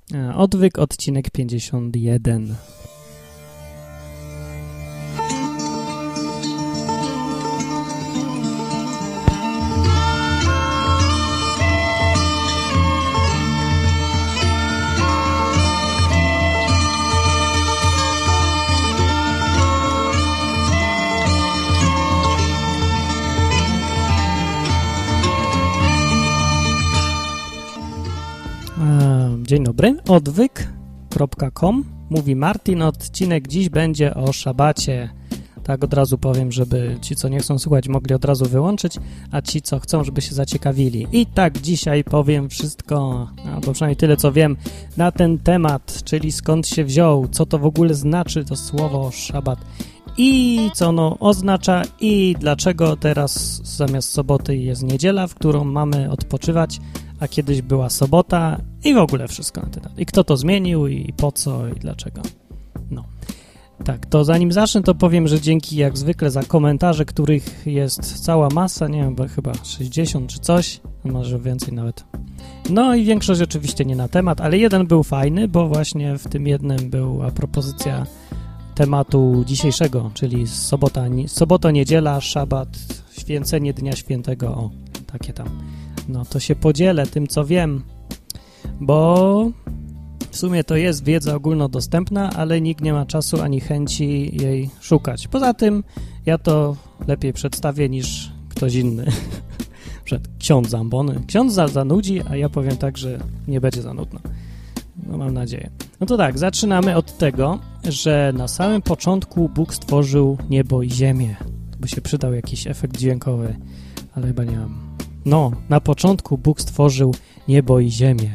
Odwyk, odcinek 51. Dzień dobry, odwyk.com, mówi Martin, odcinek dziś będzie o szabacie. Tak od razu powiem, żeby ci, co nie chcą słuchać, mogli od razu wyłączyć, a ci, co chcą, żeby się zaciekawili. I tak dzisiaj powiem wszystko, albo przynajmniej tyle, co wiem na ten temat, czyli skąd się wziął, co to w ogóle znaczy to słowo szabat i co ono oznacza i dlaczego teraz zamiast soboty jest niedziela, w którą mamy odpoczywać, a kiedyś była sobota i w ogóle wszystko na ten temat. I kto to zmienił i po co i dlaczego. No. Tak, to zanim zacznę, to powiem, że dzięki jak zwykle za komentarze, których jest cała masa, nie wiem, bo chyba 60 czy coś, może więcej nawet. No i większość oczywiście nie na temat, ale jeden był fajny, bo właśnie w tym jednym była propozycja tematu dzisiejszego, czyli sobota, niedziela, szabat, święcenie Dnia Świętego, o, takie tam. No to się podzielę tym, co wiem, bo w sumie to jest wiedza ogólnodostępna, ale nikt nie ma czasu ani chęci jej szukać. Poza tym ja to lepiej przedstawię niż ktoś inny. Przed ksiądz Zambony. Ksiądz zanudzi, a ja powiem tak, że nie będzie za nudno. No mam nadzieję. No to tak, zaczynamy od tego, że na samym początku Bóg stworzył niebo i ziemię. To by się przydał jakiś efekt dźwiękowy, ale chyba nie mam. No, na początku Bóg stworzył niebo i ziemię.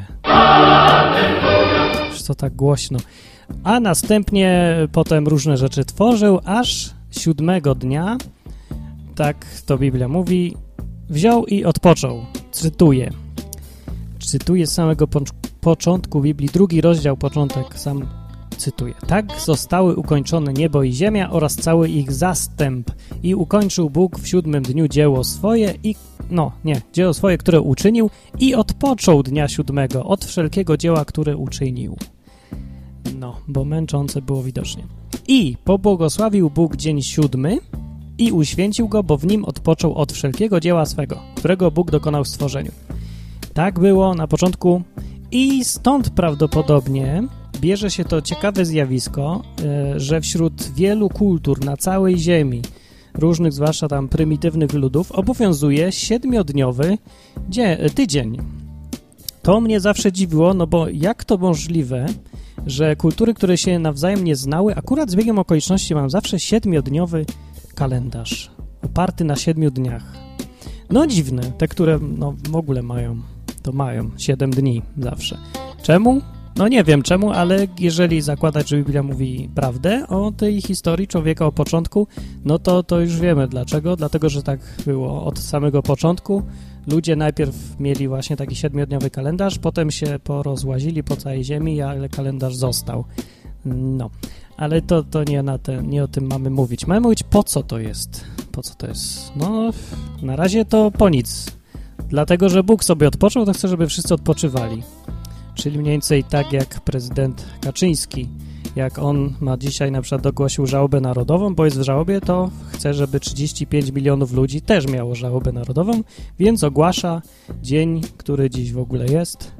Co tak głośno. A następnie potem różne rzeczy tworzył, aż 7 dnia, tak to Biblia mówi, wziął i odpoczął. Cytuję z samego początku Biblii, 2 rozdział, początek, sam cytuję. Tak zostały ukończone niebo i ziemia oraz cały ich zastęp i ukończył Bóg w 7 dniu dzieło swoje dzieło swoje, które uczynił i odpoczął dnia 7 od wszelkiego dzieła, które uczynił. No, bo męczące było widocznie. I pobłogosławił Bóg dzień 7 i uświęcił go, bo w nim odpoczął od wszelkiego dzieła swego, którego Bóg dokonał w stworzeniu. Tak było na początku i stąd prawdopodobnie bierze się to ciekawe zjawisko, że wśród wielu kultur na całej ziemi, różnych, zwłaszcza tam prymitywnych ludów, obowiązuje 7-dniowy tydzień. To mnie zawsze dziwiło, no bo jak to możliwe, że kultury, które się nawzajem nie znały, akurat z biegiem okoliczności mam zawsze 7-dniowy kalendarz, oparty na 7 dniach. No dziwne, te, które w ogóle mają 7 dni zawsze. Czemu? No nie wiem czemu, ale jeżeli zakładać, że Biblia mówi prawdę o tej historii człowieka o początku, no to już wiemy dlaczego. Dlatego, że tak było od samego początku. Ludzie najpierw mieli właśnie taki 7-dniowy kalendarz, potem się porozłazili po całej ziemi, ale kalendarz został. No, ale to nie o tym mamy mówić. Mamy mówić, po co to jest. Po co to jest? No, na razie to po nic. Dlatego, że Bóg sobie odpoczął, to chce, żeby wszyscy odpoczywali. Czyli mniej więcej tak jak prezydent Kaczyński. Jak on ma dzisiaj na przykład ogłosił żałobę narodową, bo jest w żałobie, to chce, żeby 35 milionów ludzi też miało żałobę narodową, więc ogłasza dzień, który dziś w ogóle jest,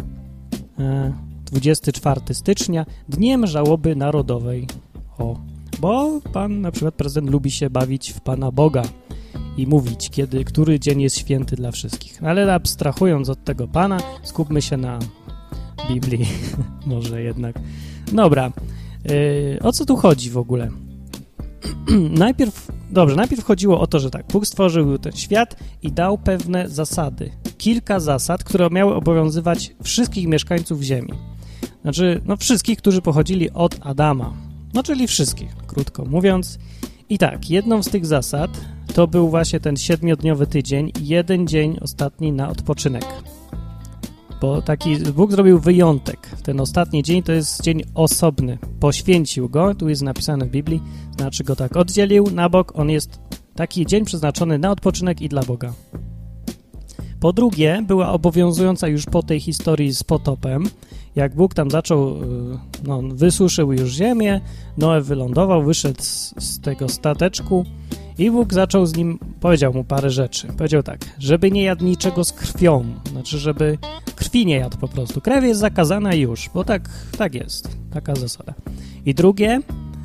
24 stycznia, Dniem Żałoby Narodowej. Bo pan na przykład prezydent lubi się bawić w Pana Boga i mówić, który dzień jest święty dla wszystkich. Ale abstrahując od tego Pana, skupmy się na Biblii. Może jednak. Dobra. O co tu chodzi w ogóle? Najpierw chodziło o to, że tak, Bóg stworzył ten świat i dał pewne zasady. Kilka zasad, które miały obowiązywać wszystkich mieszkańców ziemi. Znaczy, wszystkich, którzy pochodzili od Adama. Czyli wszystkich, krótko mówiąc. I tak, jedną z tych zasad to był właśnie ten 7-dniowy tydzień i 1 dzień ostatni na odpoczynek. Bo taki Bóg zrobił wyjątek. Ten ostatni dzień to jest dzień osobny. Poświęcił go, tu jest napisane w Biblii, znaczy go tak oddzielił na bok. On jest taki dzień przeznaczony na odpoczynek i dla Boga. Po drugie, była obowiązująca już po tej historii z potopem, jak Bóg tam zaczął, wysuszył już ziemię, Noe wylądował, wyszedł z tego stateczku i Bóg zaczął z nim, powiedział mu parę rzeczy. Powiedział tak, żeby nie jadł niczego z krwią, znaczy, żeby krwi nie jadł po prostu. Krew jest zakazana już, bo tak jest, taka zasada. I drugie,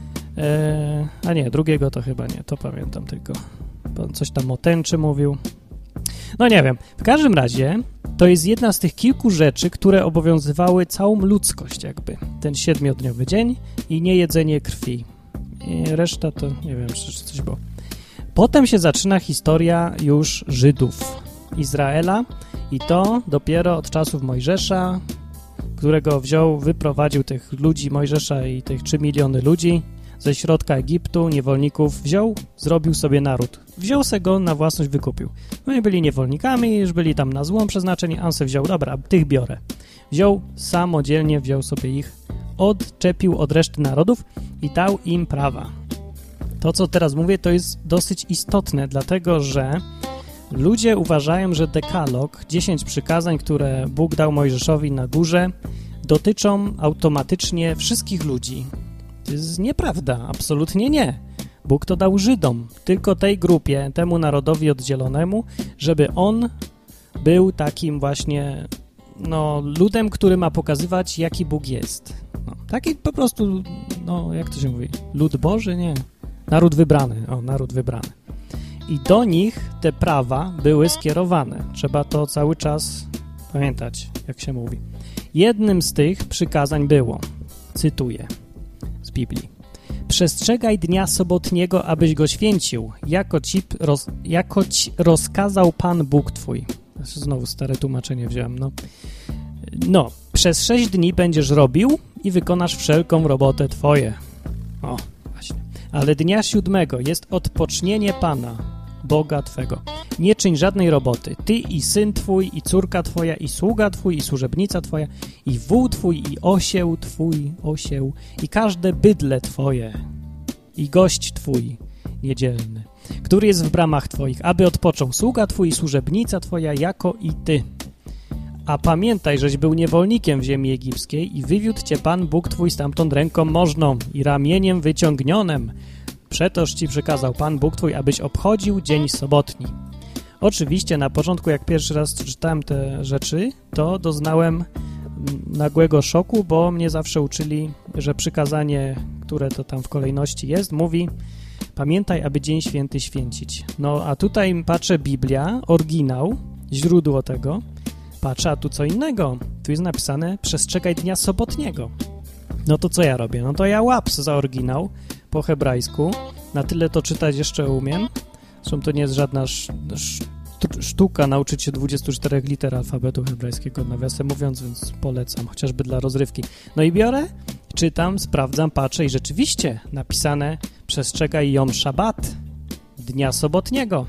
drugiego to chyba nie, to pamiętam tylko, bo coś tam o tęczy mówił. No nie wiem, w każdym razie to jest jedna z tych kilku rzeczy, które obowiązywały całą ludzkość jakby. Ten 7-dniowy dzień i niejedzenie krwi. I reszta to nie wiem, czy coś było. Potem się zaczyna historia już Żydów, Izraela i to dopiero od czasów Mojżesza, którego wyprowadził tych ludzi, Mojżesza i tych 3 miliony ludzi ze środka Egiptu, niewolników, zrobił sobie naród. Wziął se go na własność, wykupił. No i byli niewolnikami, już byli tam na złom przeznaczeni, a on se wziął, dobra, tych biorę. Samodzielnie wziął sobie ich, odczepił od reszty narodów i dał im prawa. To, co teraz mówię, to jest dosyć istotne, dlatego że ludzie uważają, że dekalog, 10 przykazań, które Bóg dał Mojżeszowi na górze, dotyczą automatycznie wszystkich ludzi. To jest nieprawda, absolutnie nie. Bóg to dał Żydom, tylko tej grupie, temu narodowi oddzielonemu, żeby on był takim właśnie ludem, który ma pokazywać, jaki Bóg jest. Taki po prostu, jak to się mówi, lud Boży? Nie. Naród wybrany. Naród wybrany. I do nich te prawa były skierowane. Trzeba to cały czas pamiętać, jak się mówi. Jednym z tych przykazań było, cytuję z Biblii: przestrzegaj dnia sobotniego, abyś go święcił, jako ci rozkazał Pan Bóg twój. Znowu stare tłumaczenie wziąłem, przez 6 dni będziesz robił i wykonasz wszelką robotę twoje. Właśnie. Ale dnia 7 jest odpocznienie Pana, Boga twego. Nie czyń żadnej roboty. Ty i syn twój, i córka twoja, i sługa twój, i służebnica twoja, i wół twój, i osieł twój, i każde bydle twoje, i gość twój niedzielny, który jest w bramach twoich, aby odpoczął sługa twój i służebnica twoja, jako i ty. A pamiętaj, żeś był niewolnikiem w ziemi egipskiej i wywiódł cię Pan Bóg twój stamtąd ręką możną i ramieniem wyciągnionym. Przetoż ci przykazał Pan Bóg twój, abyś obchodził dzień sobotni. Oczywiście na początku, jak pierwszy raz czytałem te rzeczy, to doznałem nagłego szoku, bo mnie zawsze uczyli, że przykazanie, które to tam w kolejności jest, mówi: pamiętaj, aby dzień święty święcić. A tutaj patrzę, Biblia, oryginał, źródło tego, patrzę, a tu co innego. Tu jest napisane: przestrzegaj dnia sobotniego. To co ja robię? To ja łaps za oryginał po hebrajsku. Na tyle to czytać jeszcze umiem. Zresztą to nie jest żadna sztuka nauczyć się 24 liter alfabetu hebrajskiego, nawiasem mówiąc, więc polecam, chociażby dla rozrywki. I biorę, czytam, sprawdzam, patrzę i rzeczywiście napisane: przestrzegaj Jom Szabat, dnia sobotniego.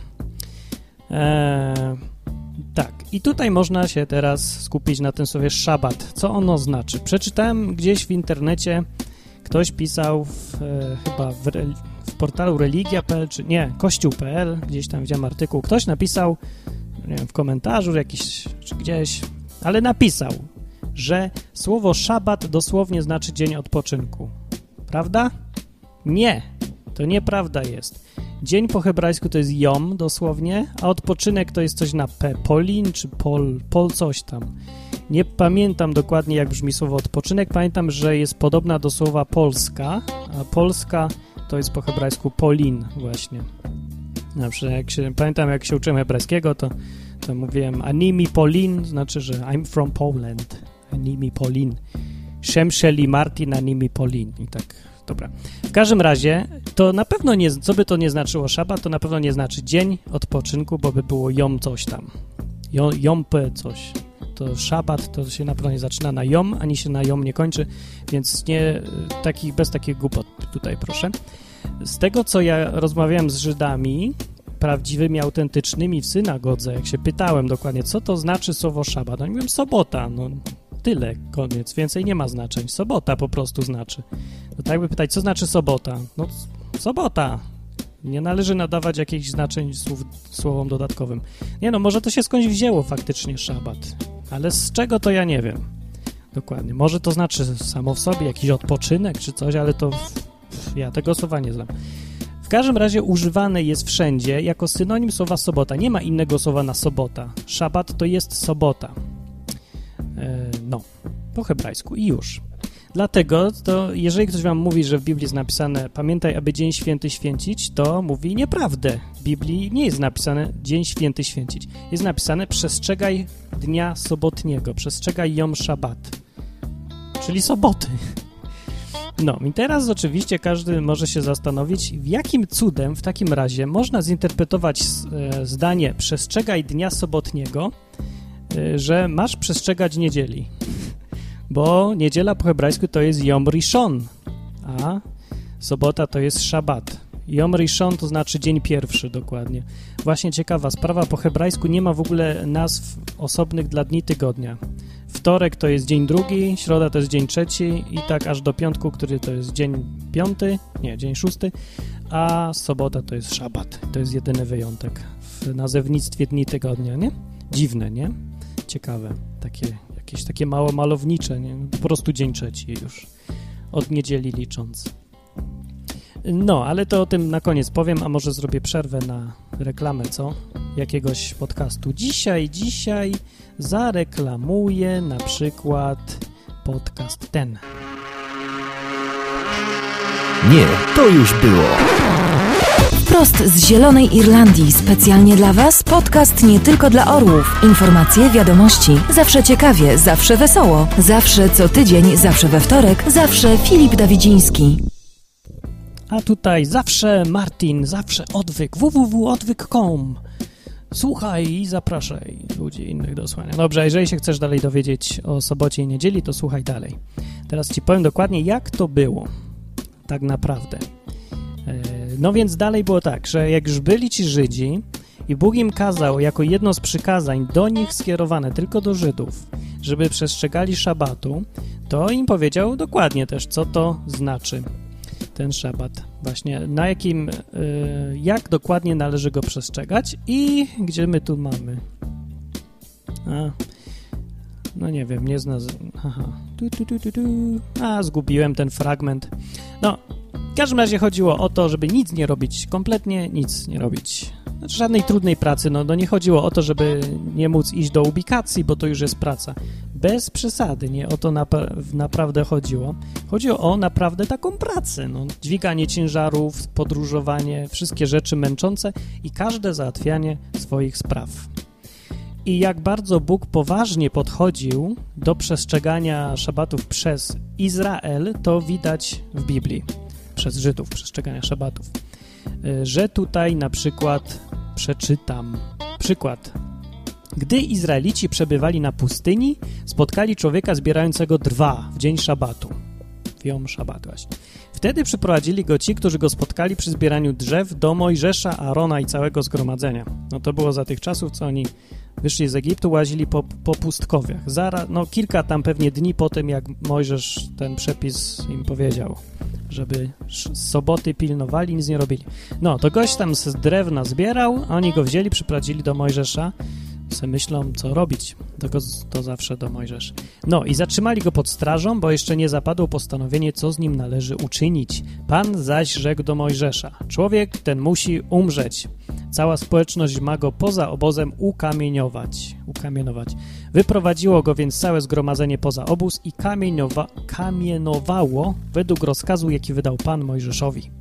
Tak, i tutaj można się teraz skupić na tym słowie szabat. Co ono znaczy? Przeczytałem gdzieś w internecie, ktoś pisał chyba w portalu religia.pl, czy nie, kościół.pl, gdzieś tam widziałem artykuł, ktoś napisał, nie wiem, w komentarzu jakiś, czy gdzieś, ale napisał, że słowo szabat dosłownie znaczy dzień odpoczynku. Prawda? Nie, to nieprawda jest. Dzień po hebrajsku to jest jom dosłownie, a odpoczynek to jest coś na p, polin czy pol coś tam. Nie pamiętam dokładnie, jak brzmi słowo odpoczynek. Pamiętam, że jest podobna do słowa polska, a polska to jest po hebrajsku polin właśnie. Na przykład pamiętam, jak się uczyłem hebrajskiego, to mówiłem animi polin, znaczy, że I'm from Poland. Animi polin. Shem sheli Martin animi polin. I tak, dobra. W każdym razie, to na pewno nie, co by to nie znaczyło szabat, to na pewno nie znaczy dzień odpoczynku, bo by było jom coś tam. Jompę coś. To szabat to się na pewno nie zaczyna na jom, ani się na jom nie kończy, więc bez takich głupot tutaj proszę. Z tego, co ja rozmawiałem z Żydami, prawdziwymi, autentycznymi w synagodze, jak się pytałem dokładnie, co to znaczy słowo szabat, oni mówią sobota, tyle, koniec, więcej nie ma znaczeń, sobota po prostu znaczy. To tak by pytać, co znaczy sobota? Sobota, Nie należy nadawać jakichś znaczeń słowom dodatkowym. Nie no, może to się skądś wzięło faktycznie szabat, ale z czego to ja nie wiem dokładnie. Może to znaczy samo w sobie jakiś odpoczynek czy coś, ale to ja tego słowa nie znam. W każdym razie używane jest wszędzie jako synonim słowa sobota. Nie ma innego słowa na sobota. Szabat to jest sobota. No, po hebrajsku i już. Dlatego, to jeżeli ktoś wam mówi, że w Biblii jest napisane pamiętaj, aby dzień święty święcić, to mówi nieprawdę. W Biblii nie jest napisane dzień święty święcić. Jest napisane przestrzegaj dnia sobotniego, przestrzegaj Jom Szabat, czyli soboty. No i teraz oczywiście każdy może się zastanowić, w jakim cudem w takim razie można zinterpretować zdanie przestrzegaj dnia sobotniego, że masz przestrzegać niedzieli. Bo niedziela po hebrajsku to jest Yom Rishon, a sobota to jest Szabat. Yom Rishon to znaczy dzień pierwszy dokładnie. Właśnie ciekawa sprawa, po hebrajsku nie ma w ogóle nazw osobnych dla dni tygodnia. Wtorek to jest dzień drugi, środa to jest dzień trzeci i tak aż do piątku, który to jest dzień dzień szósty, a sobota to jest Szabat. To jest jedyny wyjątek w nazewnictwie dni tygodnia, nie? Dziwne, nie? Ciekawe, jakieś takie mało malownicze, nie? Po prostu dzień trzeci już, od niedzieli licząc. No, ale to o tym na koniec powiem, a może zrobię przerwę na reklamę, co? Jakiegoś podcastu. Dzisiaj zareklamuję na przykład podcast ten. Nie, to już było. Wprost z Zielonej Irlandii, specjalnie dla Was podcast nie tylko dla orłów. Informacje, wiadomości, zawsze ciekawie, zawsze wesoło, zawsze co tydzień, zawsze we wtorek, zawsze Filip Dawidziński. A tutaj zawsze Martin, zawsze odwyk, www.odwyk.com. Słuchaj i zapraszaj ludzi innych do słuchania. Dobrze, jeżeli się chcesz dalej dowiedzieć o sobocie i niedzieli, to słuchaj dalej. Teraz ci powiem dokładnie, jak to było tak naprawdę. No więc dalej było tak, że jak już byli ci Żydzi i Bóg im kazał jako jedno z przykazań do nich skierowane tylko do Żydów, żeby przestrzegali szabatu, to im powiedział dokładnie też, co to znaczy ten szabat. Właśnie na jakim, jak dokładnie należy go przestrzegać i gdzie my tu mamy. No nie wiem, nie znalazłem. Zgubiłem ten fragment. No, w każdym razie chodziło o to, żeby nic nie robić, kompletnie nic nie robić. Znaczy żadnej trudnej pracy, no nie chodziło o to, żeby nie móc iść do ubikacji, bo to już jest praca. Bez przesady, nie o to naprawdę chodziło. Chodziło o naprawdę taką pracę, no, dźwiganie ciężarów, podróżowanie, wszystkie rzeczy męczące i każde załatwianie swoich spraw. I jak bardzo Bóg poważnie podchodził do przestrzegania szabatów przez Izrael, to widać w Biblii. Przez Żydów, przestrzegania szabatów. Że tutaj na przykład przeczytam. Przykład. Gdy Izraelici przebywali na pustyni, spotkali człowieka zbierającego drwa w dzień szabatu. W Jom Szabat właśnie. Wtedy przyprowadzili go ci, którzy go spotkali przy zbieraniu drzew do Mojżesza, Aarona i całego zgromadzenia. No to było za tych czasów, co oni wyszli z Egiptu, łazili po pustkowiach. Kilka tam pewnie dni po tym, jak Mojżesz ten przepis im powiedział, żeby z soboty pilnowali, nic nie robili. No, to gość tam z drewna zbierał, a oni go wzięli, przyprowadzili do Mojżesza. Se myślą, co robić. To zawsze do Mojżesza. No i zatrzymali go pod strażą, bo jeszcze nie zapadło postanowienie, co z nim należy uczynić. Pan zaś rzekł do Mojżesza: człowiek ten musi umrzeć. Cała społeczność ma go poza obozem ukamienować. Wyprowadziło go więc całe zgromadzenie poza obóz i kamienowało według rozkazu, jaki wydał Pan Mojżeszowi.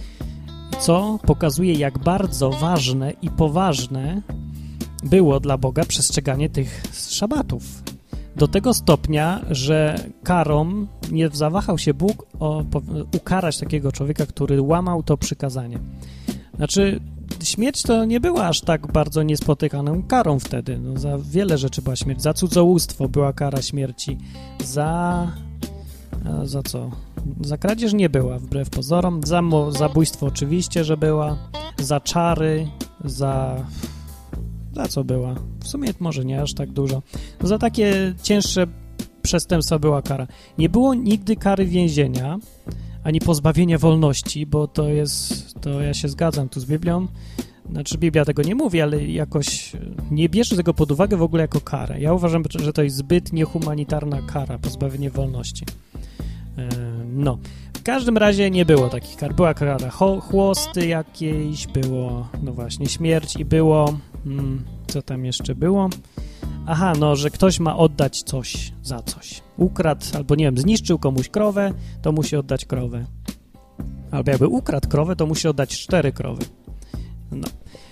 Co pokazuje, jak bardzo ważne i poważne było dla Boga przestrzeganie tych szabatów. Do tego stopnia, że karą nie zawahał się Bóg ukarać takiego człowieka, który łamał to przykazanie. Znaczy, śmierć to nie była aż tak bardzo niespotykaną karą wtedy. No, za wiele rzeczy była śmierć. Za cudzołóstwo była kara śmierci. Za co? Za kradzież nie była, wbrew pozorom. Za zabójstwo oczywiście, że była. Za czary, za co była? W sumie może nie aż tak dużo. No za takie cięższe przestępstwa była kara. Nie było nigdy kary więzienia, ani pozbawienie wolności, bo to ja się zgadzam tu z Biblią. Znaczy Biblia tego nie mówi, ale jakoś nie bierze tego pod uwagę w ogóle jako karę. Ja uważam, że to jest zbyt niehumanitarna kara, pozbawienie wolności. No, w każdym razie nie było takich kar. Była kara chłosty jakiejś, było, no właśnie, śmierć i było, co tam jeszcze było? Aha, no, że ktoś ma oddać coś za coś. Ukradł, albo nie wiem, zniszczył komuś krowę, to musi oddać krowę. Albo jakby ukradł krowę, to musi oddać 4 krowy. No.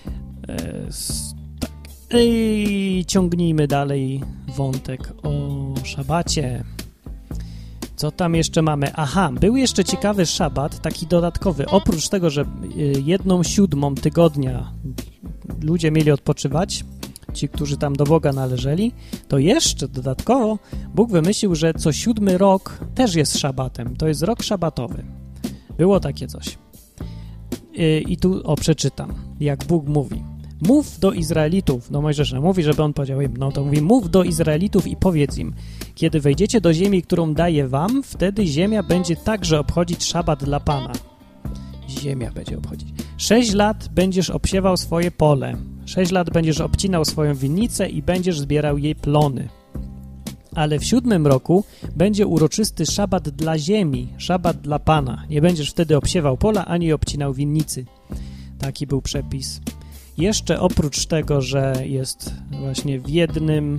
Tak. I ciągnijmy dalej wątek o szabacie. Co tam jeszcze mamy? Aha, był jeszcze ciekawy szabat, taki dodatkowy. Oprócz tego, że 1/7 tygodnia ludzie mieli odpoczywać, ci, którzy tam do Boga należeli, to jeszcze dodatkowo Bóg wymyślił, że co 7 rok też jest szabatem. To jest rok szabatowy. Było takie coś. I tu, przeczytam, jak Bóg mówi. Mów do Izraelitów, no Mojżesza mówi, żeby on powiedział im, no to mówi, mów do Izraelitów i powiedz im, kiedy wejdziecie do ziemi, którą daję wam, wtedy ziemia będzie także obchodzić szabat dla Pana. Ziemia będzie obchodzić. 6 lat będziesz obsiewał swoje pole, 6 lat będziesz obcinał swoją winnicę i będziesz zbierał jej plony. Ale w 7 roku będzie uroczysty szabat dla ziemi, szabat dla Pana. Nie będziesz wtedy obsiewał pola, ani obcinał winnicy. Taki był przepis. Jeszcze oprócz tego, że jest właśnie w jednym,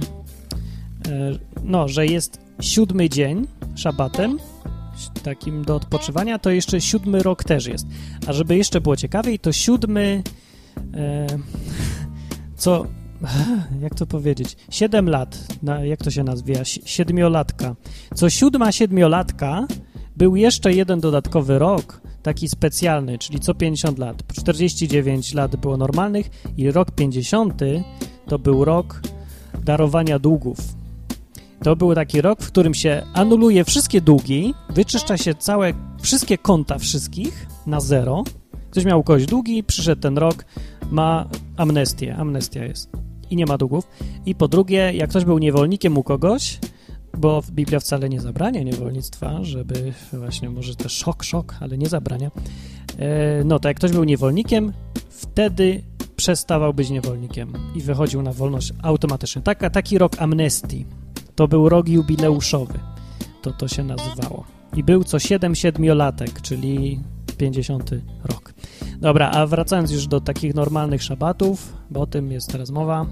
że jest 7 dzień szabatem, takim do odpoczywania, to jeszcze 7 rok też jest. A żeby jeszcze było ciekawiej, to 7, jak to powiedzieć, 7 lat, jak to się nazywa, 7-latka. Co 7 7-latka był jeszcze jeden dodatkowy rok, taki specjalny, czyli co 50 lat. 49 lat było normalnych i rok 50 to był rok darowania długów. To był taki rok, w którym się anuluje wszystkie długi, wyczyszcza się wszystkie konta wszystkich na 0. Ktoś miał u kogoś długi, przyszedł ten rok, ma amnestię, amnestia jest i nie ma długów. I po drugie, jak ktoś był niewolnikiem u kogoś, bo Biblia wcale nie zabrania niewolnictwa, żeby właśnie może też szok, ale nie zabrania. No to jak ktoś był niewolnikiem, wtedy przestawał być niewolnikiem i wychodził na wolność automatycznie. Taki rok amnestii. To był rok jubileuszowy. To się nazywało. I był co 7 7-latek, czyli 50 rok. Dobra, a wracając już do takich normalnych szabatów, bo o tym jest teraz mowa.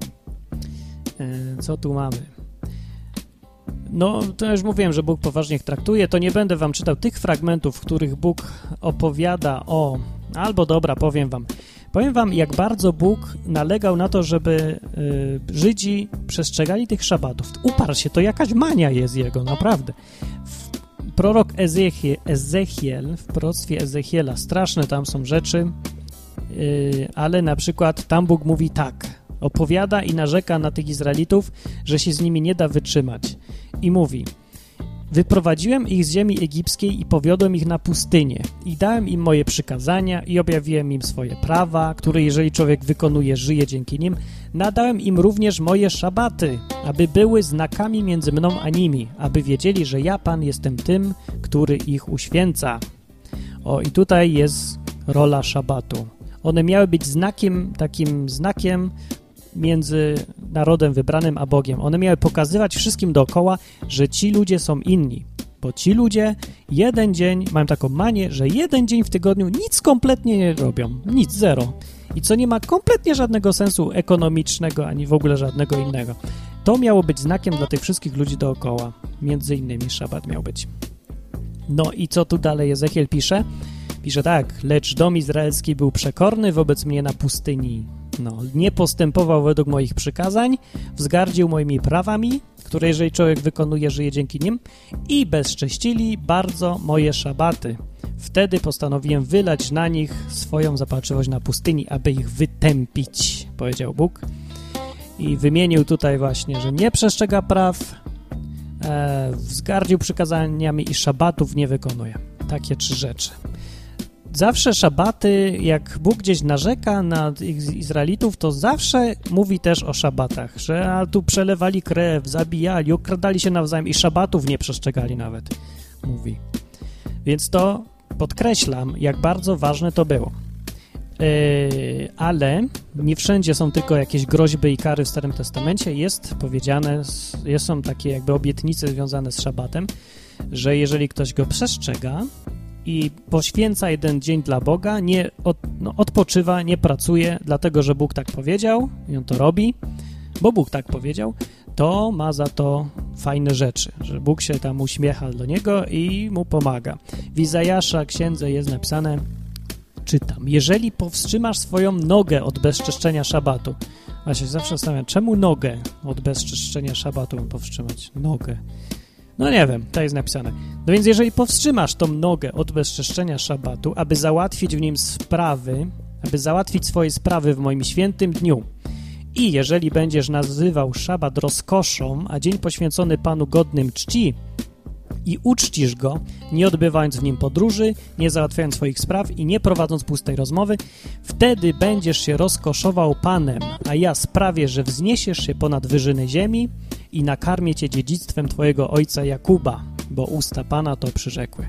Co tu mamy? No, to już mówiłem, że Bóg poważnie ich traktuje, to nie będę wam czytał tych fragmentów, w których Bóg opowiada powiem wam, jak bardzo Bóg nalegał na to, żeby Żydzi przestrzegali tych szabatów. Uparł się, to jakaś mania jest jego, naprawdę. Prorok Ezechiel, w proroctwie Ezechiela, straszne tam są rzeczy, ale na przykład tam Bóg mówi tak, opowiada i narzeka na tych Izraelitów, że się z nimi nie da wytrzymać. I mówi, wyprowadziłem ich z ziemi egipskiej i powiodłem ich na pustynię i dałem im moje przykazania i objawiłem im swoje prawa, które jeżeli człowiek wykonuje, żyje dzięki nim. Nadałem im również moje szabaty, aby były znakami między mną a nimi, aby wiedzieli, że ja, Pan, jestem tym, który ich uświęca. I tutaj jest rola szabatu. One miały być takim znakiem między narodem wybranym a Bogiem. One miały pokazywać wszystkim dookoła, że ci ludzie są inni, bo ci ludzie jeden dzień, mają taką manię, że jeden dzień w tygodniu nic kompletnie nie robią, nic, zero. I co nie ma kompletnie żadnego sensu ekonomicznego, ani w ogóle żadnego innego. To miało być znakiem dla tych wszystkich ludzi dookoła. Między innymi szabat miał być. No i co tu dalej Ezechiel pisze? Pisze tak, lecz dom izraelski był przekorny wobec mnie na pustyni. Nie postępował według moich przykazań, wzgardził moimi prawami, które jeżeli człowiek wykonuje, żyje dzięki nim i bezcześcili bardzo moje szabaty. Wtedy postanowiłem wylać na nich swoją zapalczywość na pustyni, aby ich wytępić, powiedział Bóg. I wymienił tutaj właśnie, że nie przestrzega praw, wzgardził przykazaniami i szabatów nie wykonuje. Takie 3 rzeczy. Zawsze szabaty, jak Bóg gdzieś narzeka na Izraelitów, to zawsze mówi też o szabatach, że tu przelewali krew, zabijali, okradali się nawzajem i szabatów nie przestrzegali nawet, mówi. Więc to podkreślam, jak bardzo ważne to było. Ale nie wszędzie są tylko jakieś groźby i kary w Starym Testamencie. Jest powiedziane, są takie jakby obietnice związane z szabatem, że jeżeli ktoś go przestrzega i poświęca jeden dzień dla Boga, odpoczywa, nie pracuje, dlatego że Bóg tak powiedział i on to robi, bo Bóg tak powiedział, to ma za to fajne rzeczy, że Bóg się tam uśmiecha do niego i mu pomaga. W Izajasza księdze jest napisane, czytam, jeżeli powstrzymasz swoją nogę od bezczeszczenia szabatu. Właśnie zawsze zastanawiam, czemu nogę od bezczeszczenia szabatu mam powstrzymać? Nogę. No nie wiem, to jest napisane. No więc jeżeli powstrzymasz tą nogę od bezczeszczenia szabatu, aby załatwić w nim sprawy, aby załatwić swoje sprawy w moim świętym dniu i jeżeli będziesz nazywał szabat rozkoszą, a dzień poświęcony Panu godnym czci i uczcisz go, nie odbywając w nim podróży, nie załatwiając swoich spraw i nie prowadząc pustej rozmowy, wtedy będziesz się rozkoszował Panem, a ja sprawię, że wzniesiesz się ponad wyżyny ziemi i nakarmię cię dziedzictwem twojego ojca Jakuba, bo usta Pana to przyrzekły.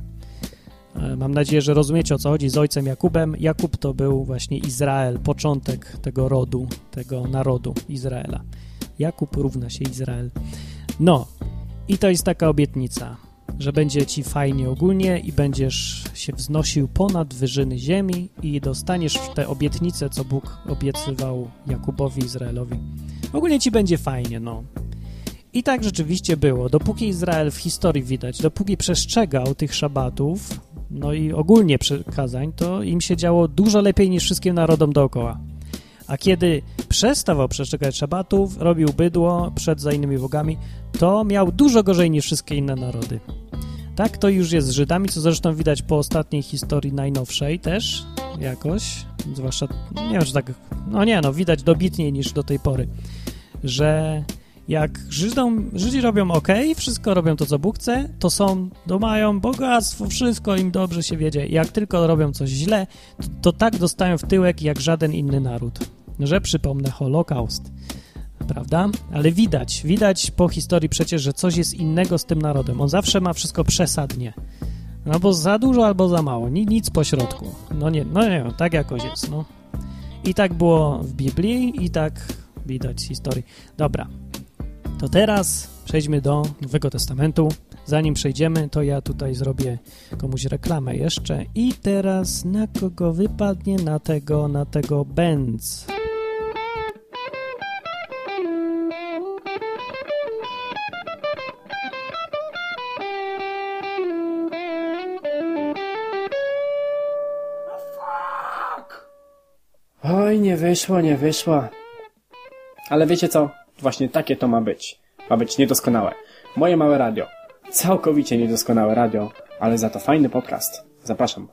Mam nadzieję, że rozumiecie, o co chodzi z ojcem Jakubem. Jakub to był właśnie Izrael, początek tego rodu, tego narodu Izraela. Jakub równa się Izrael. No, i to jest taka obietnica, że będzie ci fajnie ogólnie i będziesz się wznosił ponad wyżyny ziemi i dostaniesz te obietnice, co Bóg obiecywał Jakubowi, Izraelowi. Ogólnie ci będzie fajnie, no. I tak rzeczywiście było. Dopóki Izrael w historii widać, dopóki przestrzegał tych szabatów, no i ogólnie przykazań, to im się działo dużo lepiej niż wszystkim narodom dookoła. A kiedy przestawał przestrzegać szabatów, robił bydło za innymi bogami, to miał dużo gorzej niż wszystkie inne narody. Tak to już jest z Żydami, co zresztą widać po ostatniej historii najnowszej też jakoś, zwłaszcza, nie wiem, czy tak, widać dobitniej niż do tej pory, że jak Żydzi robią wszystko robią to, co Bóg chce, to mają bogactwo, wszystko im dobrze się wiedzie. Jak tylko robią coś źle, to tak dostają w tyłek jak żaden inny naród. Że przypomnę Holokaust, prawda? Ale widać po historii przecież, że coś jest innego z tym narodem. On zawsze ma wszystko przesadnie. Albo za dużo, albo za mało. Nic pośrodku. No nie, tak jakoś jest, no. I tak było w Biblii i tak widać z historii. Dobra. To teraz przejdźmy do Nowego Testamentu. Zanim przejdziemy, to ja tutaj zrobię komuś reklamę jeszcze. I teraz na kogo wypadnie? Na tego Benz. Oj, nie wyszło. Ale wiecie co? Właśnie takie to ma być. Ma być niedoskonałe. Moje małe radio. Całkowicie niedoskonałe radio, ale za to fajny podcast. Zapraszam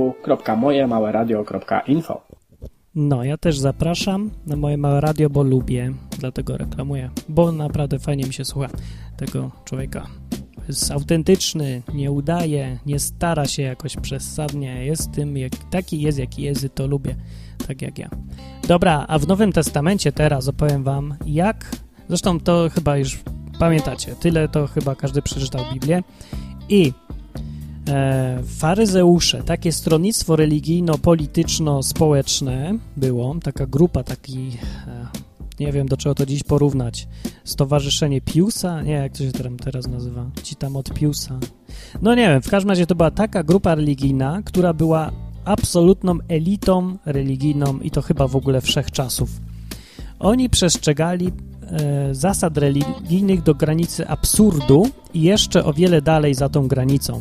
www.mojemałeradio.info. No, ja też zapraszam na Moje Małe Radio, bo lubię, dlatego reklamuję, bo naprawdę fajnie mi się słucha tego człowieka. Jest autentyczny, nie udaje, nie stara się jakoś przesadnie, jest tym, taki jest, jaki jest, to lubię, tak jak ja. Dobra, a w Nowym Testamencie teraz opowiem wam, zresztą to chyba już pamiętacie, tyle to chyba każdy przeczytał Biblię i faryzeusze, takie stronnictwo religijno-polityczno-społeczne było, taka grupa, nie wiem do czego to dziś porównać, Stowarzyszenie Piusa, nie, jak to się teraz nazywa, ci tam od Piusa, no nie wiem, w każdym razie to była taka grupa religijna, która była absolutną elitą religijną i to chyba w ogóle wszechczasów. Oni przestrzegali zasad religijnych do granicy absurdu i jeszcze o wiele dalej za tą granicą.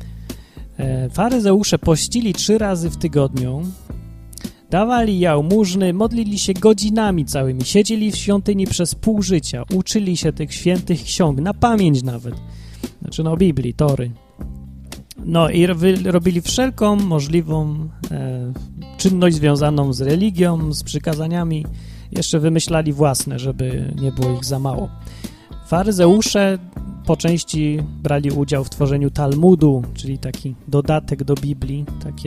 Faryzeusze pościli 3 razy w tygodniu, dawali jałmużny, modlili się godzinami całymi, siedzieli w świątyni przez pół życia, uczyli się tych świętych ksiąg, na pamięć nawet, Biblii, Tory. No i robili wszelką możliwą czynność związaną z religią, z przykazaniami, jeszcze wymyślali własne, żeby nie było ich za mało. Faryzeusze po części brali udział w tworzeniu Talmudu, czyli taki dodatek do Biblii,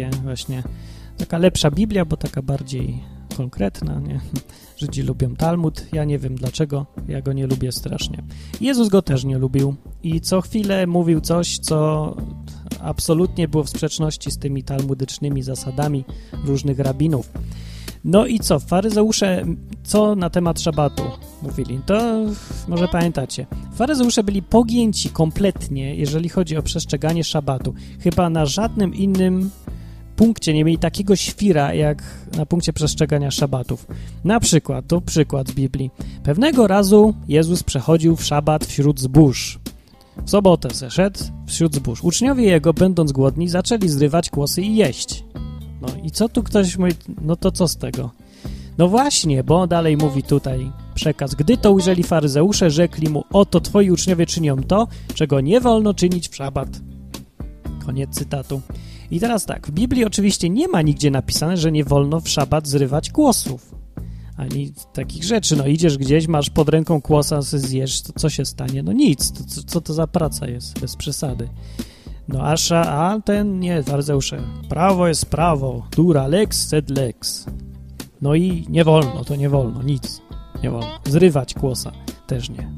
taka lepsza Biblia, bo taka bardziej konkretna, nie? Żydzi lubią Talmud, ja nie wiem dlaczego, ja go nie lubię strasznie. Jezus go też nie lubił i co chwilę mówił coś, co absolutnie było w sprzeczności z tymi talmudycznymi zasadami różnych rabinów. No i co? Faryzeusze co na temat szabatu mówili? To może pamiętacie. Faryzeusze byli pogięci kompletnie, jeżeli chodzi o przestrzeganie szabatu. Chyba na żadnym innym punkcie nie mieli takiego świra, jak na punkcie przestrzegania szabatów. Na przykład, to przykład z Biblii. Pewnego razu Jezus przechodził w szabat wśród zbóż. W sobotę zeszedł wśród zbóż. Uczniowie jego, będąc głodni, zaczęli zrywać kłosy i jeść. No i co tu ktoś mówi? No to co z tego? No właśnie, bo dalej mówi tutaj przekaz. Gdy to ujrzeli faryzeusze, rzekli mu: oto twoi uczniowie czynią to, czego nie wolno czynić w szabat. Koniec cytatu. I teraz tak, w Biblii oczywiście nie ma nigdzie napisane, że nie wolno w szabat zrywać kłosów. Ani takich rzeczy. No idziesz gdzieś, masz pod ręką kłosa, zjesz, to co się stanie? No nic. Co to za praca jest? Bez przesady. No a ten nie, faryzeusze. Prawo jest prawo. Dura lex sed lex. No i nie wolno, to nie wolno, nic. Nie wolno. Zrywać kłosa też nie.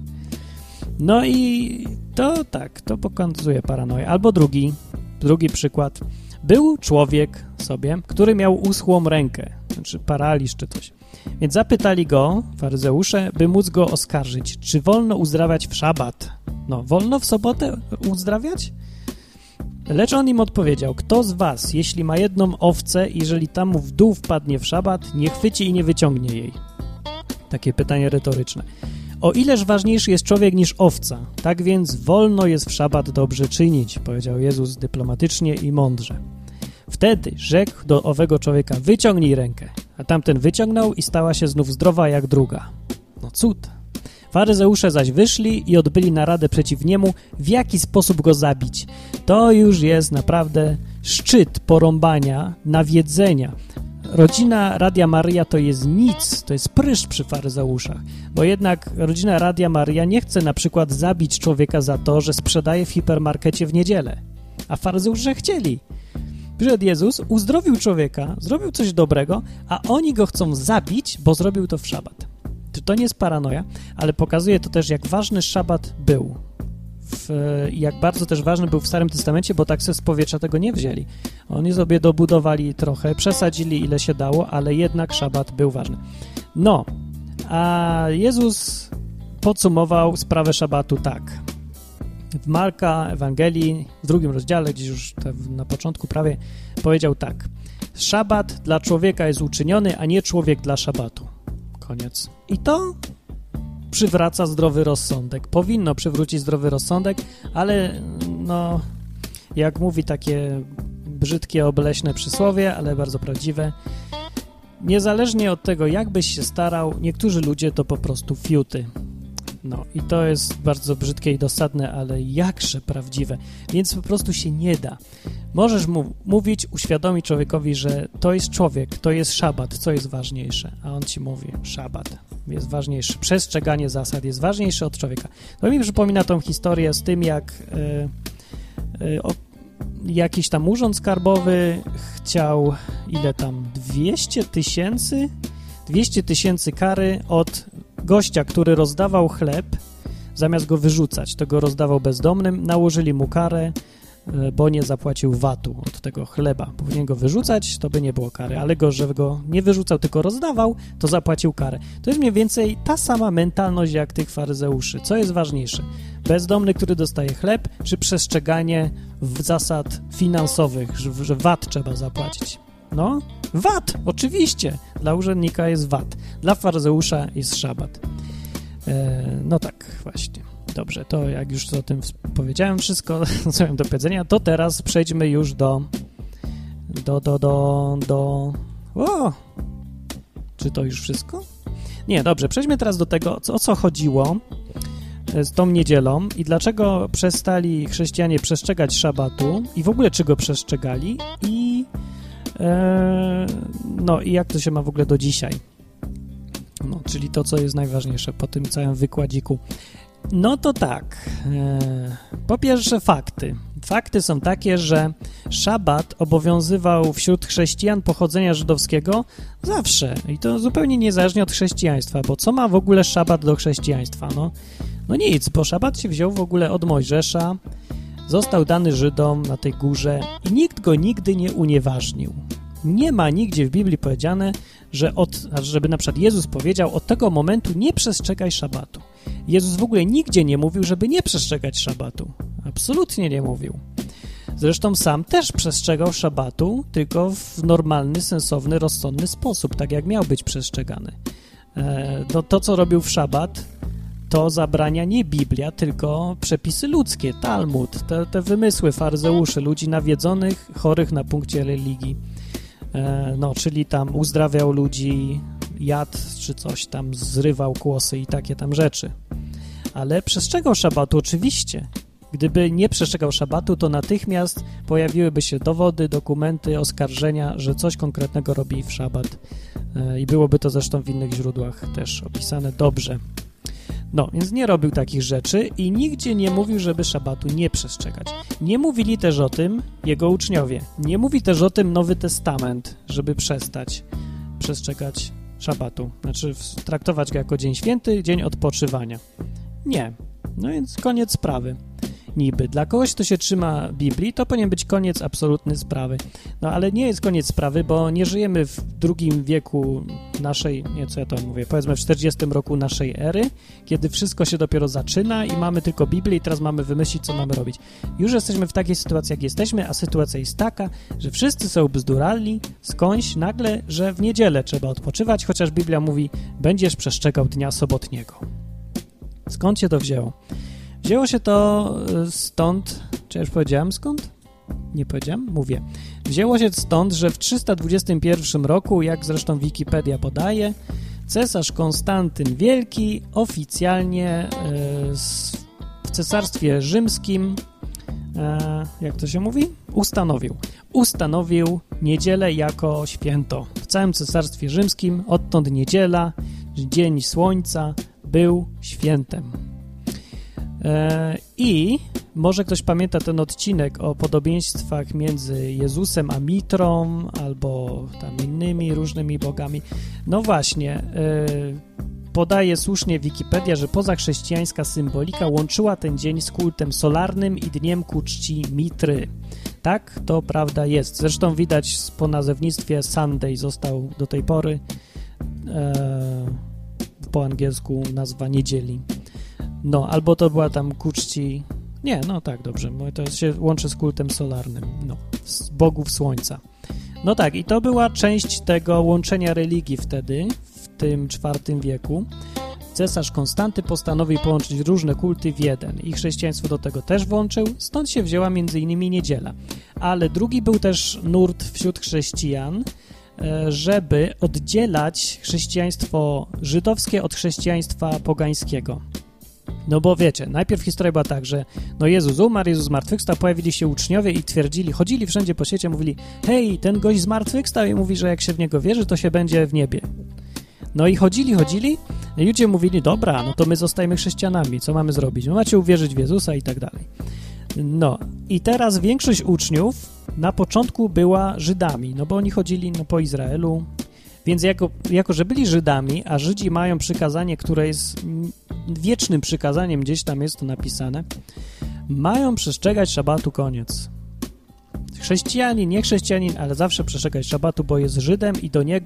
No i to tak, to pokazuje paranoję. Albo drugi przykład. Był człowiek sobie, który miał uschłą rękę, znaczy paraliż czy coś. Więc zapytali go, faryzeusze, by móc go oskarżyć, czy wolno uzdrawiać w szabat. No, wolno w sobotę uzdrawiać? Lecz on im odpowiedział: kto z was, jeśli ma jedną owcę i jeżeli tam mu w dół wpadnie w szabat, nie chwyci i nie wyciągnie jej? Takie pytanie retoryczne. O ileż ważniejszy jest człowiek niż owca, tak więc wolno jest w szabat dobrze czynić, powiedział Jezus dyplomatycznie i mądrze. Wtedy rzekł do owego człowieka: wyciągnij rękę. A tamten wyciągnął i stała się znów zdrowa jak druga. No cud. Faryzeusze zaś wyszli i odbyli naradę przeciw niemu, w jaki sposób go zabić. To już jest naprawdę szczyt porąbania, nawiedzenia. Rodzina Radia Maryja to jest nic, to jest pryszcz przy faryzeuszach, bo jednak rodzina Radia Maryja nie chce na przykład zabić człowieka za to, że sprzedaje w hipermarkecie w niedzielę, a faryzeusze chcieli. Przyszedł Jezus, uzdrowił człowieka, zrobił coś dobrego, a oni go chcą zabić, bo zrobił to w szabat. To nie jest paranoja, ale pokazuje to też, jak ważny szabat był. Jak bardzo też ważny był w Starym Testamencie, bo tak sobie z powietrza tego nie wzięli. Oni sobie dobudowali trochę, przesadzili ile się dało, ale jednak szabat był ważny. No, a Jezus podsumował sprawę szabatu tak. W Marka Ewangelii, w 2 rozdziale, gdzieś już na początku prawie, powiedział tak. Szabat dla człowieka jest uczyniony, a nie człowiek dla szabatu. Koniec. I to przywraca zdrowy rozsądek. Powinno przywrócić zdrowy rozsądek, ale no, jak mówi takie brzydkie, obleśne przysłowie, ale bardzo prawdziwe, niezależnie od tego, jak byś się starał, niektórzy ludzie to po prostu fiuty. No i to jest bardzo brzydkie i dosadne, ale jakże prawdziwe, więc po prostu się nie da. Możesz mówić, uświadomić człowiekowi, że to jest człowiek, to jest szabat, co jest ważniejsze, a on ci mówi, szabat jest ważniejszy, przestrzeganie zasad jest ważniejsze od człowieka. To mi przypomina tą historię z tym, jak jakiś tam urząd skarbowy chciał, ile tam, 200 000 kary od gościa, który rozdawał chleb, zamiast go wyrzucać, to go rozdawał bezdomnym, nałożyli mu karę, bo nie zapłacił VAT-u od tego chleba. Powinien go wyrzucać, to by nie było kary, ale że go nie wyrzucał, tylko rozdawał, to zapłacił karę. To jest mniej więcej ta sama mentalność jak tych faryzeuszy. Co jest ważniejsze? Bezdomny, który dostaje chleb, czy przestrzeganie zasad finansowych, że VAT trzeba zapłacić? No, VAT, oczywiście. Dla urzędnika jest VAT. Dla faryzeusza jest szabat. No tak, właśnie. Dobrze, to jak już o tym powiedziałem wszystko, co miałem do powiedzenia, to teraz przejdźmy już do... O! Czy to już wszystko? Nie, dobrze, przejdźmy teraz do tego, o co chodziło z tą niedzielą i dlaczego przestali chrześcijanie przestrzegać szabatu i w ogóle czy go przestrzegali i no i jak to się ma w ogóle do dzisiaj. No, czyli to, co jest najważniejsze po tym całym wykładziku. No to tak, po pierwsze fakty. Fakty są takie, że szabat obowiązywał wśród chrześcijan pochodzenia żydowskiego zawsze i to zupełnie niezależnie od chrześcijaństwa, bo co ma w ogóle szabat do chrześcijaństwa? No nic, bo szabat się wziął w ogóle od Mojżesza, został dany Żydom na tej górze i nikt go nigdy nie unieważnił. Nie ma nigdzie w Biblii powiedziane, że żeby na przykład Jezus powiedział, od tego momentu nie przestrzegaj szabatu. Jezus w ogóle nigdzie nie mówił, żeby nie przestrzegać szabatu. Absolutnie nie mówił. Zresztą sam też przestrzegał szabatu, tylko w normalny, sensowny, rozsądny sposób, tak jak miał być przestrzegany. To, co robił w szabat, to zabrania nie Biblia, tylko przepisy ludzkie, Talmud, te wymysły faryzeuszy, ludzi nawiedzonych, chorych na punkcie religii. Czyli tam uzdrawiał ludzi, jadł czy coś tam, zrywał kłosy i takie tam rzeczy. Ale przestrzegał szabatu oczywiście. Gdyby nie przestrzegał szabatu, to natychmiast pojawiłyby się dowody, dokumenty, oskarżenia, że coś konkretnego robi w szabat. I byłoby to zresztą w innych źródłach też opisane dobrze. Więc nie robił takich rzeczy i nigdzie nie mówił, żeby szabatu nie przestrzegać. Nie mówili też o tym jego uczniowie. Nie mówi też o tym Nowy Testament, żeby przestać przestrzegać szabatu. Znaczy traktować go jako dzień święty, dzień odpoczywania. Nie. Więc koniec sprawy. Niby. Dla kogoś, kto się trzyma Biblii, to powinien być koniec absolutny sprawy. Ale nie jest koniec sprawy, bo nie żyjemy w II wieku naszej, powiedzmy w 40 roku naszej ery, kiedy wszystko się dopiero zaczyna i mamy tylko Biblię i teraz mamy wymyślić, co mamy robić. Już jesteśmy w takiej sytuacji, jak jesteśmy, a sytuacja jest taka, że wszyscy są bzduralni, skądś nagle, że w niedzielę trzeba odpoczywać, chociaż Biblia mówi, będziesz przestrzegał dnia sobotniego. Skąd się to wzięło? Wzięło się to stąd, czy ja już powiedziałem skąd? Nie powiedziałem? Mówię. Wzięło się stąd, że w 321 roku, jak zresztą Wikipedia podaje, cesarz Konstantyn Wielki oficjalnie w Cesarstwie Rzymskim, jak to się mówi? Ustanowił niedzielę jako święto. W całym Cesarstwie Rzymskim odtąd niedziela, dzień słońca, był świętem. I może ktoś pamięta ten odcinek o podobieństwach między Jezusem a Mitrą albo tam innymi różnymi bogami. Właśnie, podaje słusznie Wikipedia, że pozachrześcijańska symbolika łączyła ten dzień z kultem solarnym i dniem ku czci Mitry. Tak, to prawda jest. Zresztą widać po nazewnictwie Sunday został do tej pory po angielsku nazwa niedzieli. Albo to była tam ku czci... Nie, tak, dobrze, bo to się łączy z kultem solarnym, z bogów słońca. I to była część tego łączenia religii wtedy, w tym IV wieku. Cesarz Konstanty postanowił połączyć różne kulty w jeden i chrześcijaństwo do tego też włączył, stąd się wzięła między innymi niedziela. Ale drugi był też nurt wśród chrześcijan, żeby oddzielać chrześcijaństwo żydowskie od chrześcijaństwa pogańskiego. Bo wiecie, najpierw historia była tak, że Jezus umarł, Jezus zmartwychwstał, pojawili się uczniowie i twierdzili, chodzili wszędzie po świecie, mówili, hej, ten gość zmartwychwstał i mówi, że jak się w niego wierzy, to się będzie w niebie. I chodzili i ludzie mówili, dobra, to my zostajemy chrześcijanami, co mamy zrobić? Macie uwierzyć w Jezusa i tak dalej. I teraz większość uczniów na początku była Żydami, bo oni chodzili po Izraelu, więc jako, że byli Żydami, a Żydzi mają przykazanie, które jest wiecznym przykazaniem, gdzieś tam jest to napisane, mają przestrzegać szabatu, koniec. Chrześcijanin, nie chrześcijanin, ale zawsze przestrzegać szabatu, bo jest Żydem i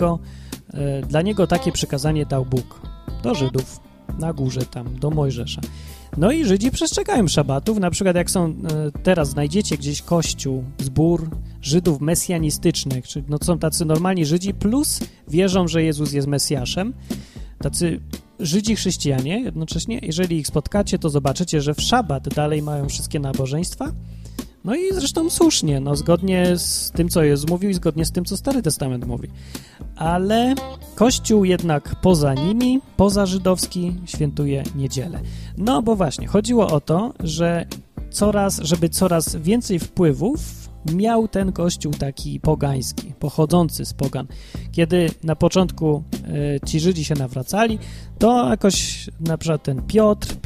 dla niego takie przykazanie dał Bóg. Do Żydów, na górze tam, do Mojżesza. I Żydzi przestrzegają szabatów, na przykład jak teraz znajdziecie gdzieś kościół, zbór Żydów mesjanistycznych, czyli są tacy normalni Żydzi, plus wierzą, że Jezus jest Mesjaszem, tacy Żydzi chrześcijanie jednocześnie, jeżeli ich spotkacie, to zobaczycie, że w szabat dalej mają wszystkie nabożeństwa, i zresztą słusznie, zgodnie z tym, co Jezus mówił i zgodnie z tym, co Stary Testament mówi. Ale Kościół jednak poza nimi, poza żydowski, świętuje niedzielę. Bo właśnie, chodziło o to, żeby coraz więcej wpływów miał ten Kościół taki pogański, pochodzący z pogan. Kiedy na początku ci Żydzi się nawracali, to jakoś na przykład ten Piotr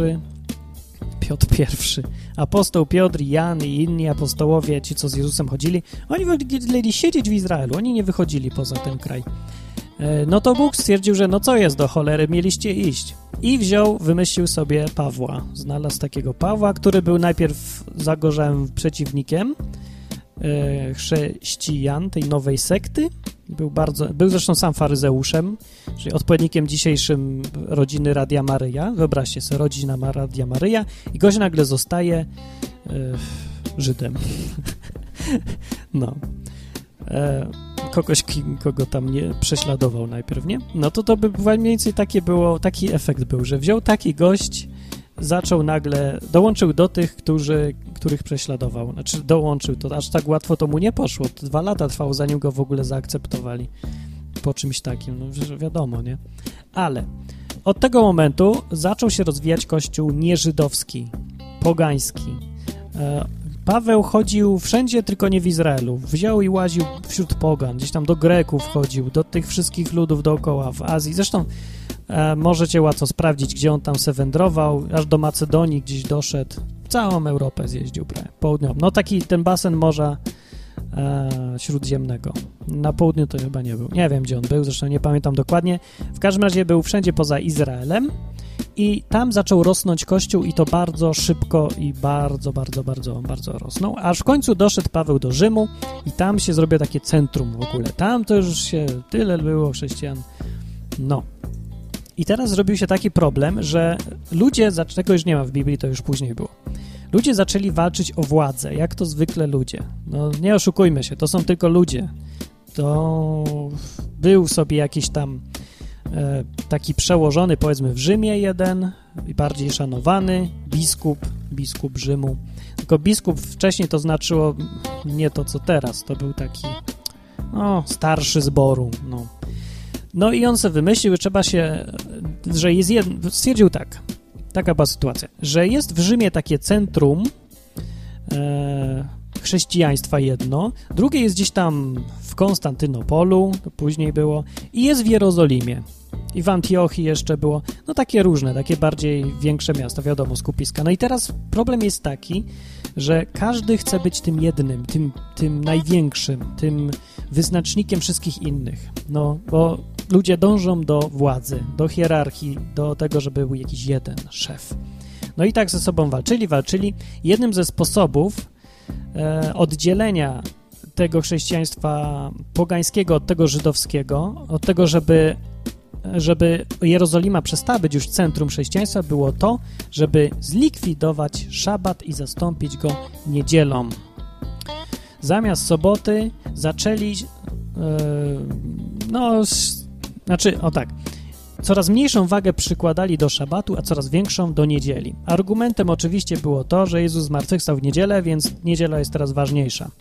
I, apostoł Piotr, Jan i inni apostołowie, ci co z Jezusem chodzili, oni woleli siedzieć w Izraelu, oni nie wychodzili poza ten kraj. No to Bóg stwierdził, że no co jest do cholery, mieliście iść. I wymyślił sobie Pawła. Znalazł takiego Pawła, który był najpierw zagorzałym przeciwnikiem chrześcijan, tej nowej sekty. Był zresztą sam faryzeuszem, czyli odpowiednikiem dzisiejszym rodziny Radia Maryja. Wyobraźcie sobie, rodzina Radia Maryja i gość nagle zostaje Żydem. No. Kogo tam nie prześladował najpierw, nie? No to by mniej więcej taki efekt był, że wziął taki gość, dołączył do tych, których prześladował. Znaczy dołączył, to aż tak łatwo to mu nie poszło. To 2 lata trwało, zanim go w ogóle zaakceptowali po czymś takim, no wiadomo, nie? Ale od tego momentu zaczął się rozwijać kościół nieżydowski, pogański. Paweł chodził wszędzie, tylko nie w Izraelu. Wziął i łaził wśród pogan, gdzieś tam do Greków chodził, do tych wszystkich ludów dookoła w Azji. Zresztą możecie łatwo sprawdzić, gdzie on tam se wędrował, aż do Macedonii gdzieś doszedł. Całą Europę zjeździł prawie, południową. No taki ten basen Morza Śródziemnego. Na południu to chyba nie był. Nie wiem, gdzie on był, zresztą nie pamiętam dokładnie. W każdym razie był wszędzie poza Izraelem. I tam zaczął rosnąć kościół i to bardzo szybko i bardzo rosnął, aż w końcu doszedł Paweł do Rzymu i tam się zrobiło takie centrum w ogóle. Tam to już się tyle było chrześcijan. No. I teraz zrobił się taki problem, że ludzie, tego już nie ma w Biblii, to już później było. Ludzie zaczęli walczyć o władzę, jak to zwykle ludzie. No nie oszukujmy się, to są tylko ludzie. To był sobie jakiś tam taki przełożony, powiedzmy, w Rzymie jeden, bardziej szanowany, biskup Rzymu. Tylko biskup wcześniej to znaczyło nie to, co teraz. To był taki, starszy zboru. No i on sobie wymyślił, że jest stwierdził taka była sytuacja, że jest w Rzymie takie centrum chrześcijaństwa jedno, drugie jest gdzieś tam w Konstantynopolu, to później było, i jest w Jerozolimie. I w Antiochii jeszcze było, takie różne, takie bardziej większe miasta, wiadomo, skupiska. No i teraz problem jest taki, że każdy chce być tym jednym, tym największym, tym wyznacznikiem wszystkich innych. No, bo ludzie dążą do władzy, do hierarchii, do tego, żeby był jakiś jeden szef. No i tak ze sobą walczyli. Jednym ze sposobów oddzielenia tego chrześcijaństwa pogańskiego od tego żydowskiego, od tego, żeby Jerozolima przestała być już centrum chrześcijaństwa, było to, żeby zlikwidować szabat i zastąpić go niedzielą. Zamiast soboty zaczęli coraz mniejszą wagę przykładali do szabatu, a coraz większą do niedzieli. Argumentem oczywiście było to, że Jezus zmartwychwstał w niedzielę, więc niedziela jest teraz ważniejsza.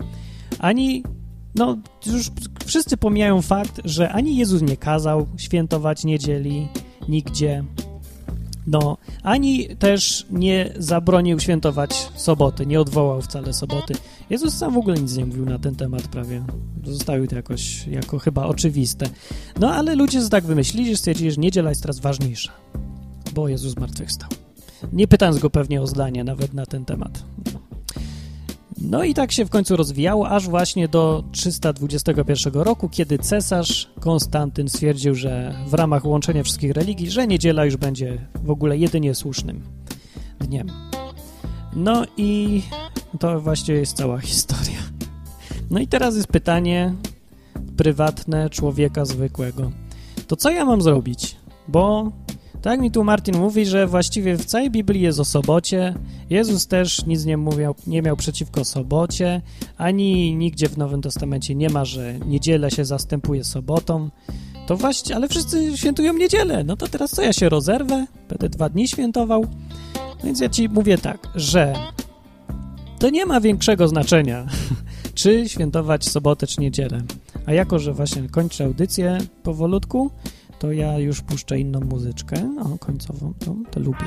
Już wszyscy pomijają fakt, że ani Jezus nie kazał świętować niedzieli nigdzie, ani też nie zabronił świętować soboty, nie odwołał wcale soboty. Jezus sam w ogóle nic nie mówił na ten temat prawie. Zostawił to jakoś jako chyba oczywiste. No ale ludzie tak wymyślili, że stwierdzili, że niedziela jest teraz ważniejsza, bo Jezus zmartwychwstał. Nie pytając go pewnie o zdanie nawet na ten temat. No i tak się w końcu rozwijało, aż właśnie do 321 roku, kiedy cesarz Konstantyn stwierdził, że w ramach łączenia wszystkich religii, że niedziela już będzie w ogóle jedynie słusznym dniem. No i to właściwie jest cała historia. No i teraz jest pytanie prywatne człowieka zwykłego. To co ja mam zrobić? Bo tak mi tu Martin mówi, że właściwie w całej Biblii jest o sobocie. Jezus też nic nie miał przeciwko sobocie, ani nigdzie w Nowym Testamencie nie ma, że niedzielę się zastępuje sobotą. To właśnie, ale wszyscy świętują niedzielę. No to teraz co, ja się rozerwę? Będę 2 dni świętował? No więc ja ci mówię tak, że to nie ma większego znaczenia, czy świętować sobotę, czy niedzielę. A jako, że właśnie kończę audycję powolutku, to ja już puszczę inną muzyczkę, końcową, to lubię.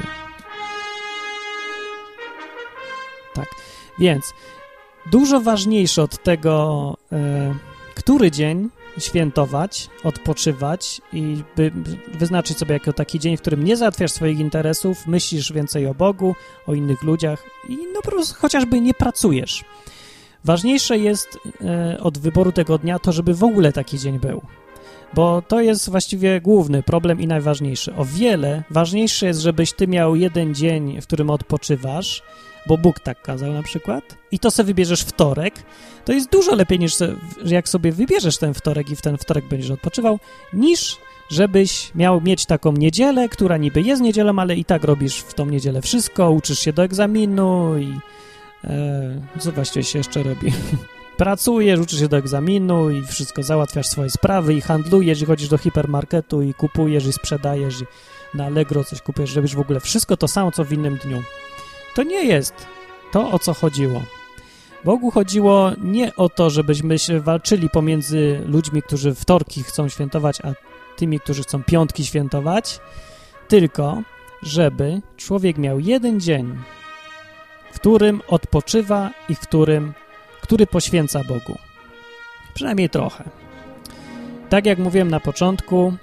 Tak, więc dużo ważniejsze od tego, który dzień świętować, odpoczywać i wyznaczyć sobie jako taki dzień, w którym nie załatwiasz swoich interesów, myślisz więcej o Bogu, o innych ludziach i po prostu chociażby nie pracujesz. Ważniejsze jest od wyboru tego dnia to, żeby w ogóle taki dzień był. Bo to jest właściwie główny problem i najważniejszy. O wiele ważniejsze jest, żebyś ty miał jeden dzień, w którym odpoczywasz, bo Bóg tak kazał na przykład, i to sobie wybierzesz wtorek, to jest dużo lepiej niż jak sobie wybierzesz ten wtorek i w ten wtorek będziesz odpoczywał, niż żebyś miał mieć taką niedzielę, która niby jest niedzielą, ale i tak robisz w tą niedzielę wszystko, uczysz się do egzaminu i co właściwie się jeszcze robi? Pracujesz, uczysz się do egzaminu i wszystko, załatwiasz swoje sprawy i handlujesz i chodzisz do hipermarketu i kupujesz i sprzedajesz i na Allegro coś kupujesz, robisz w ogóle wszystko to samo, co w innym dniu. To nie jest to, o co chodziło. Bogu chodziło nie o to, żebyśmy się walczyli pomiędzy ludźmi, którzy wtorki chcą świętować, a tymi, którzy chcą piątki świętować, tylko żeby człowiek miał jeden dzień, w którym odpoczywa i który poświęca Bogu. Przynajmniej trochę. Tak jak mówiłem na początku,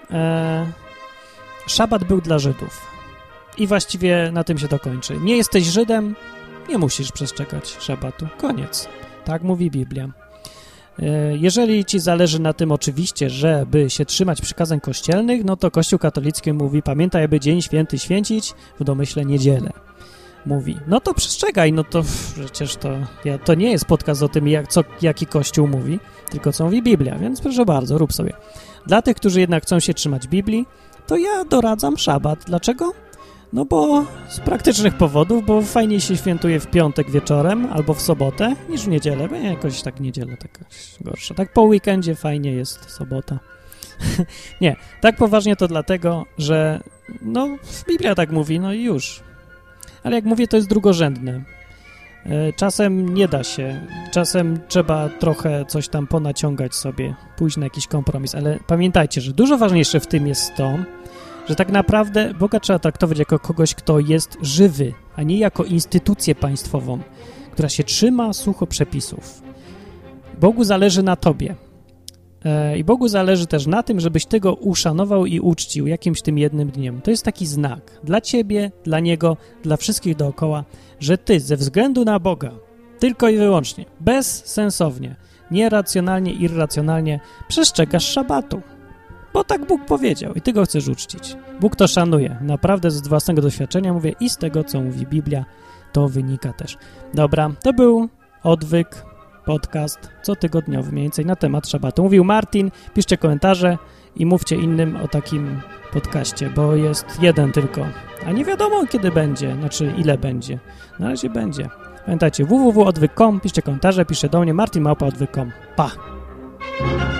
szabat był dla Żydów. I właściwie na tym się to kończy. Nie jesteś Żydem, nie musisz przestrzegać szabatu. Koniec. Tak mówi Biblia. Jeżeli ci zależy na tym oczywiście, żeby się trzymać przykazań kościelnych, no to Kościół katolicki mówi, pamiętaj, aby dzień święty święcić, w domyśle niedzielę. Mówi, no to przestrzegaj, no to przecież to nie jest podcast o tym, jaki Kościół mówi, tylko co mówi Biblia, więc proszę bardzo, rób sobie. Dla tych, którzy jednak chcą się trzymać Biblii, to ja doradzam szabat. Dlaczego? No bo z praktycznych powodów, bo fajniej się świętuje w piątek wieczorem albo w sobotę niż w niedzielę, bo jakoś tak niedziela taka gorsza. Tak po weekendzie fajnie jest sobota. Nie, tak poważnie to dlatego, że no Biblia tak mówi, no i już. Ale jak mówię, to jest drugorzędne. Czasem nie da się, czasem trzeba trochę coś tam ponaciągać sobie, pójść na jakiś kompromis, ale pamiętajcie, że dużo ważniejsze w tym jest to, że tak naprawdę Boga trzeba traktować jako kogoś, kto jest żywy, a nie jako instytucję państwową, która się trzyma sucho przepisów. Bogu zależy na tobie. I Bogu zależy też na tym, żebyś ty go uszanował i uczcił jakimś tym jednym dniem. To jest taki znak dla ciebie, dla Niego, dla wszystkich dookoła, że ty ze względu na Boga, tylko i wyłącznie, bezsensownie, nieracjonalnie, irracjonalnie przestrzegasz szabatu. Bo tak Bóg powiedział i ty go chcesz uczcić. Bóg to szanuje. Naprawdę z własnego doświadczenia mówię i z tego, co mówi Biblia, to wynika też. Dobra, to był Odwyk, podcast cotygodniowy mniej więcej na temat szabatu. Mówił Martin, piszcie komentarze i mówcie innym o takim podcaście, bo jest jeden tylko, a nie wiadomo kiedy będzie, znaczy ile będzie. Na razie będzie. Pamiętajcie, www.odwyk.com, piszcie komentarze, piszcie do mnie martin@odwyk.com. Pa!